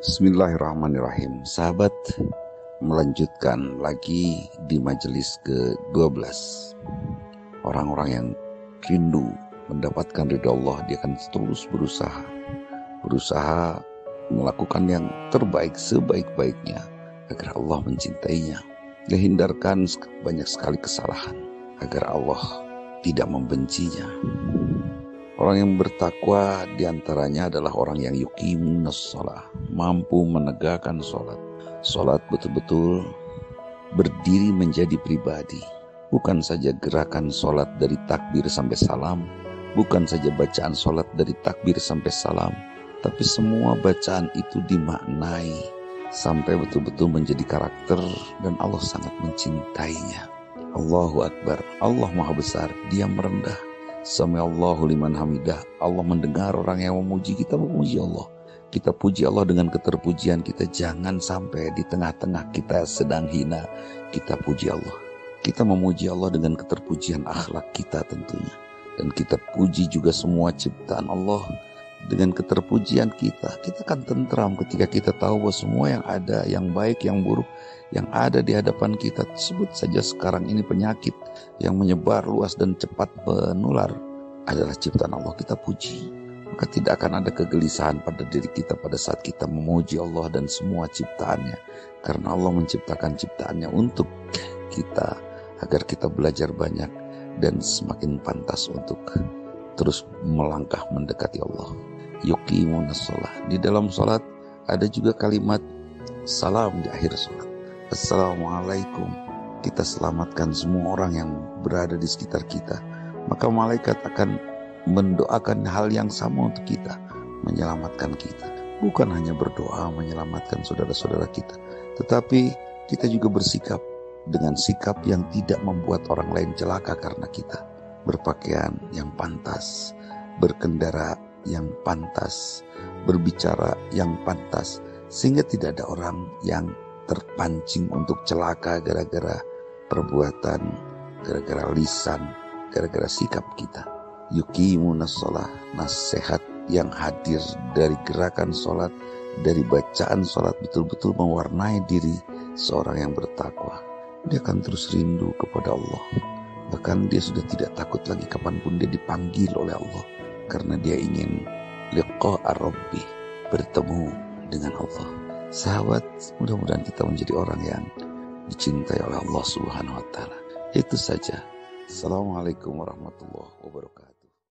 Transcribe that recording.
Bismillahirrahmanirrahim. Sahabat, melanjutkan lagi di majelis ke-12. Orang-orang yang rindu mendapatkan ridha Allah, dia akan terus berusaha melakukan yang terbaik sebaik-baiknya agar Allah mencintainya. Dia hindarkan banyak sekali kesalahan agar Allah tidak membencinya. Orang yang bertakwa diantaranya adalah orang yang yuqimunas shalah, mampu menegakkan sholat. Sholat betul-betul berdiri menjadi pribadi. Bukan saja gerakan sholat dari takbir sampai salam, bukan saja bacaan sholat dari takbir sampai salam, tapi semua bacaan itu dimaknai sampai betul-betul menjadi karakter dan Allah sangat mencintainya. Allahu Akbar, Allah Maha Besar, Dia merendah. Sami'allahu liman hamidah. Allah mendengar orang yang memuji, kita memuji Allah. Kita puji Allah dengan keterpujian kita. Jangan sampai di tengah-tengah kita sedang hina, kita puji Allah. Kita memuji Allah dengan keterpujian akhlak kita tentunya. Dan kita puji juga semua ciptaan Allah dengan keterpujian kita. Kita akan tentram ketika kita tahu bahwa semua yang ada, yang baik, yang buruk, yang ada di hadapan kita, sebut saja sekarang ini penyakit yang menyebar luas dan cepat menular, adalah ciptaan Allah. Kita puji, maka tidak akan ada kegelisahan pada diri kita pada saat kita memuji Allah dan semua ciptaannya, karena Allah menciptakan ciptaannya untuk kita agar kita belajar banyak dan semakin pantas untuk terus melangkah mendekati Allah. Yuqimunas shalah. Di dalam salat ada juga kalimat salam di akhir salat. Assalamualaikum. Kita selamatkan semua orang yang berada di sekitar kita. Maka malaikat akan mendoakan hal yang sama untuk kita, menyelamatkan kita. Bukan hanya berdoa menyelamatkan saudara-saudara kita, tetapi kita juga bersikap dengan sikap yang tidak membuat orang lain celaka karena kita. Berpakaian yang pantas, berkendara yang pantas, berbicara yang pantas, sehingga tidak ada orang yang terpancing untuk celaka gara-gara perbuatan, gara-gara lisan, gara-gara sikap kita. Yuqimunas shalah, nasihat yang hadir dari gerakan sholat, dari bacaan sholat betul-betul mewarnai diri seorang yang bertakwa. Dia akan terus rindu kepada Allah. Bahkan dia sudah tidak takut lagi kapanpun dia dipanggil oleh Allah, karena dia ingin liqa'a Rabbi, bertemu dengan Allah. Sahabat, mudah-mudahan kita menjadi orang yang dicintai oleh Allah Subhanahu wa Ta'ala. Itu saja. Assalamualaikum warahmatullahi wabarakatuh.